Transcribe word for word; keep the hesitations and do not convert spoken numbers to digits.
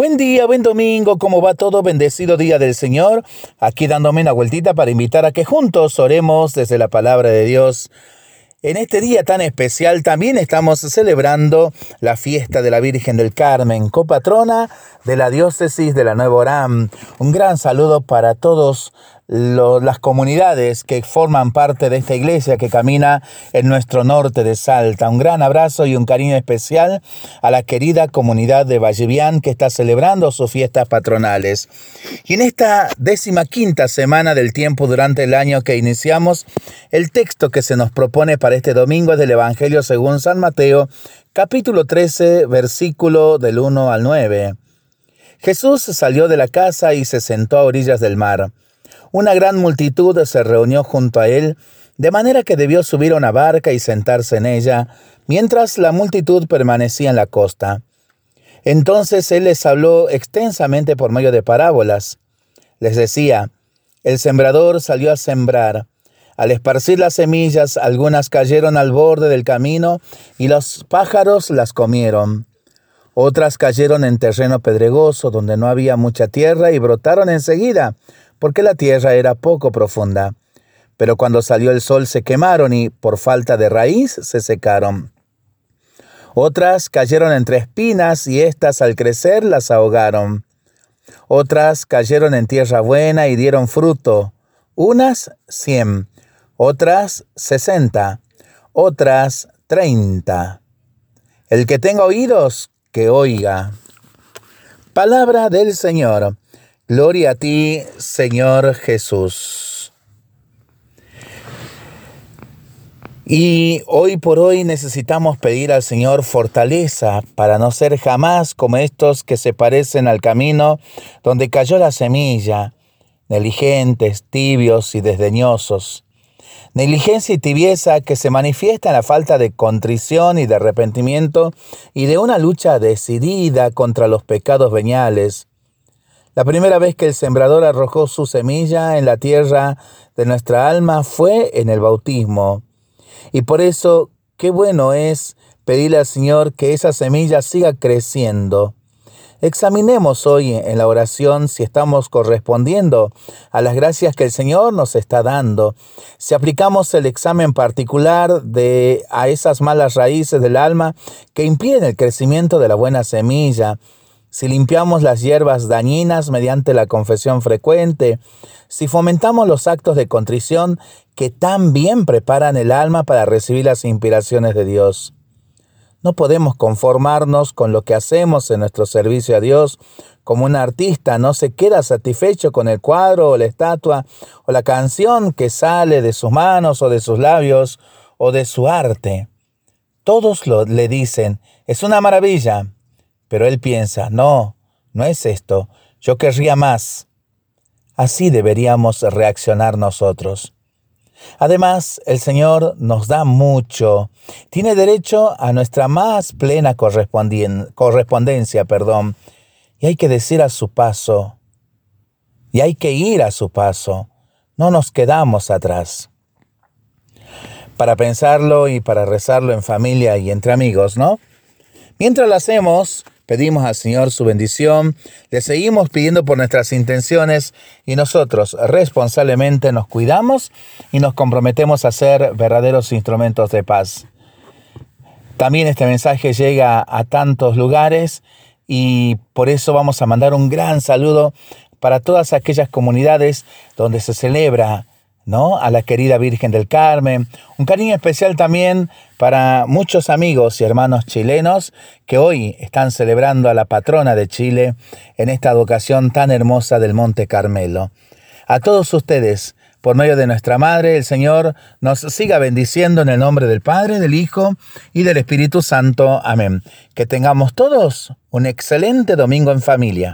Buen día, buen domingo, ¿cómo va todo? Bendecido día del Señor. Aquí dándome una vueltita para invitar a que juntos oremos desde la palabra de Dios. En este día tan especial también estamos celebrando la fiesta de la Virgen del Carmen, copatrona de la diócesis de la Nueva Orán. Un gran saludo para todos los, las comunidades que forman parte de esta iglesia que camina en nuestro norte de Salta. Un gran abrazo y un cariño especial a la querida comunidad de Vallevián que está celebrando sus fiestas patronales. Y en esta décima quinta semana del tiempo durante el año que iniciamos, el texto que se nos propone para este domingo es del Evangelio según San Mateo, capítulo trece, versículo del uno al nueve. Jesús salió de la casa y se sentó a orillas del mar. Una gran multitud se reunió junto a él, de manera que debió subir a una barca y sentarse en ella, mientras la multitud permanecía en la costa. Entonces él les habló extensamente por medio de parábolas. Les decía: el sembrador salió a sembrar. Al esparcir las semillas, algunas cayeron al borde del camino y los pájaros las comieron. Otras cayeron en terreno pedregoso, donde no había mucha tierra, y brotaron enseguida, porque la tierra era poco profunda. Pero cuando salió el sol se quemaron y, por falta de raíz, se secaron. Otras cayeron entre espinas, y éstas al crecer las ahogaron. Otras cayeron en tierra buena y dieron fruto, unas cien, otras sesenta, otras treinta. El que tenga oídos, que oiga. Palabra del Señor. Gloria a ti, Señor Jesús. Y hoy por hoy necesitamos pedir al Señor fortaleza para no ser jamás como estos que se parecen al camino donde cayó la semilla, negligentes, tibios y desdeñosos. Negligencia y tibieza que se manifiesta en la falta de contrición y de arrepentimiento y de una lucha decidida contra los pecados veniales. La primera vez que el sembrador arrojó su semilla en la tierra de nuestra alma fue en el bautismo. Y por eso, qué bueno es pedirle al Señor que esa semilla siga creciendo. Examinemos hoy en la oración si estamos correspondiendo a las gracias que el Señor nos está dando. Si aplicamos el examen particular de a esas malas raíces del alma que impiden el crecimiento de la buena semilla. Si limpiamos las hierbas dañinas mediante la confesión frecuente. Si fomentamos los actos de contrición que tan bien preparan el alma para recibir las inspiraciones de Dios. No podemos conformarnos con lo que hacemos en nuestro servicio a Dios. Como un artista no se queda satisfecho con el cuadro o la estatua o la canción que sale de sus manos o de sus labios o de su arte. Todos lo, le dicen, es una maravilla, pero él piensa, no, no es esto, yo querría más. Así deberíamos reaccionar nosotros. Además, el Señor nos da mucho. Tiene derecho a nuestra más plena correspondencia, perdón. Y hay que decir a su paso. Y hay que ir a su paso. No nos quedamos atrás. Para pensarlo y para rezarlo en familia y entre amigos, ¿no? Mientras lo hacemos, pedimos al Señor su bendición, le seguimos pidiendo por nuestras intenciones y nosotros responsablemente nos cuidamos y nos comprometemos a ser verdaderos instrumentos de paz. También este mensaje llega a tantos lugares y por eso vamos a mandar un gran saludo para todas aquellas comunidades donde se celebra, ¿no?, a la querida Virgen del Carmen. Un cariño especial también para muchos amigos y hermanos chilenos que hoy están celebrando a la patrona de Chile en esta advocación tan hermosa del Monte Carmelo. A todos ustedes, por medio de nuestra Madre, el Señor nos siga bendiciendo en el nombre del Padre, del Hijo y del Espíritu Santo. Amén. Que tengamos todos un excelente domingo en familia.